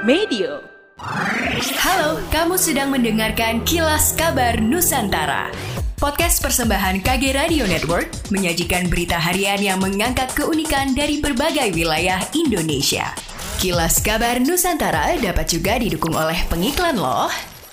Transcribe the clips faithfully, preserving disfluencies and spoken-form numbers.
Medio. Halo, kamu sedang mendengarkan Kilas Kabar Nusantara. Podcast persembahan K G Radio Network menyajikan berita harian yang mengangkat keunikan dari berbagai wilayah Indonesia. Kilas Kabar Nusantara dapat juga didukung oleh pengiklan loh.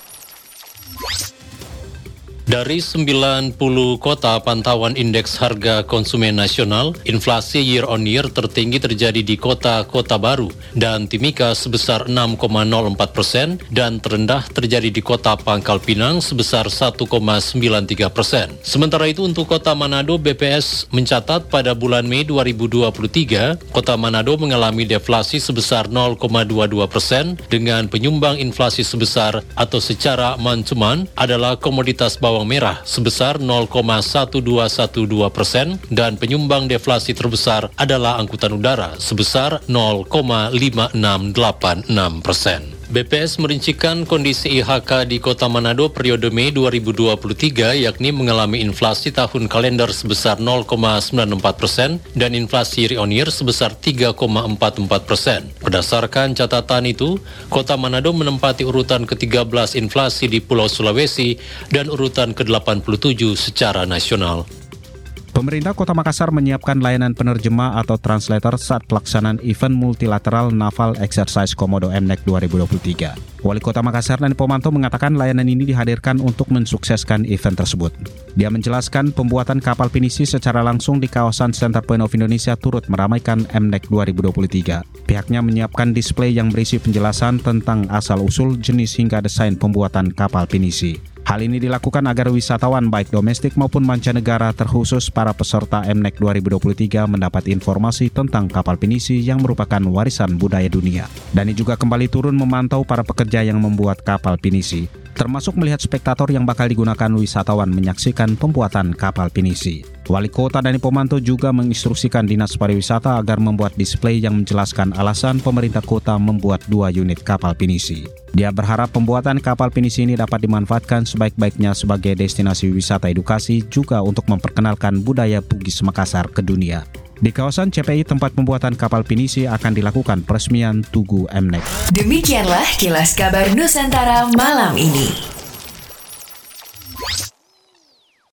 Dari sembilan puluh kota pantauan indeks harga konsumen nasional, inflasi year on year tertinggi terjadi di kota-kota baru dan Timika sebesar enam koma nol empat persen dan terendah terjadi di kota Pangkal Pinang sebesar satu koma sembilan tiga persen. Sementara itu untuk kota Manado, B P S mencatat pada bulan Mei dua ribu dua puluh tiga, kota Manado mengalami deflasi sebesar nol koma dua dua persen dengan penyumbang inflasi sebesar atau secara month-to-month adalah komoditas bawang merah sebesar nol koma satu dua satu dua persen dan penyumbang deflasi terbesar adalah angkutan udara sebesar nol koma lima enam delapan enam persen. B P S merincikan kondisi I H K di kota Manado periode Mei dua ribu dua puluh tiga yakni mengalami inflasi tahun kalender sebesar nol koma sembilan empat persen dan inflasi year on year sebesar tiga koma empat empat persen. Berdasarkan catatan itu, kota Manado menempati urutan ke tiga belas inflasi di Pulau Sulawesi dan urutan ke delapan puluh tujuh secara nasional. Pemerintah Kota Makassar menyiapkan layanan penerjemah atau translator saat pelaksanaan event multilateral Naval Exercise Komodo M N E C dua ribu dua puluh tiga. Wali Kota Makassar Nani Pomanto mengatakan layanan ini dihadirkan untuk mensukseskan event tersebut. Dia menjelaskan pembuatan kapal pinisi secara langsung di kawasan Center Point of Indonesia turut meramaikan M N E C dua ribu dua puluh tiga. Pihaknya menyiapkan display yang berisi penjelasan tentang asal-usul, jenis hingga desain pembuatan kapal pinisi. Hal ini dilakukan agar wisatawan baik domestik maupun mancanegara terkhusus para peserta M N E C dua ribu dua puluh tiga mendapat informasi tentang kapal pinisi yang merupakan warisan budaya dunia. Dani juga kembali turun memantau para pekerja yang membuat kapal pinisi, termasuk melihat spektator yang bakal digunakan wisatawan menyaksikan pembuatan kapal pinisi. Wali Kota Dani Pomanto juga menginstruksikan Dinas Pariwisata agar membuat display yang menjelaskan alasan pemerintah kota membuat dua unit kapal pinisi. Dia berharap pembuatan kapal pinisi ini dapat dimanfaatkan sebaik-baiknya sebagai destinasi wisata edukasi juga untuk memperkenalkan budaya Bugis Makassar ke dunia. Di kawasan C P I tempat pembuatan kapal pinisi akan dilakukan peresmian Tugu M N E C. Demikianlah Kilas Kabar Nusantara malam ini.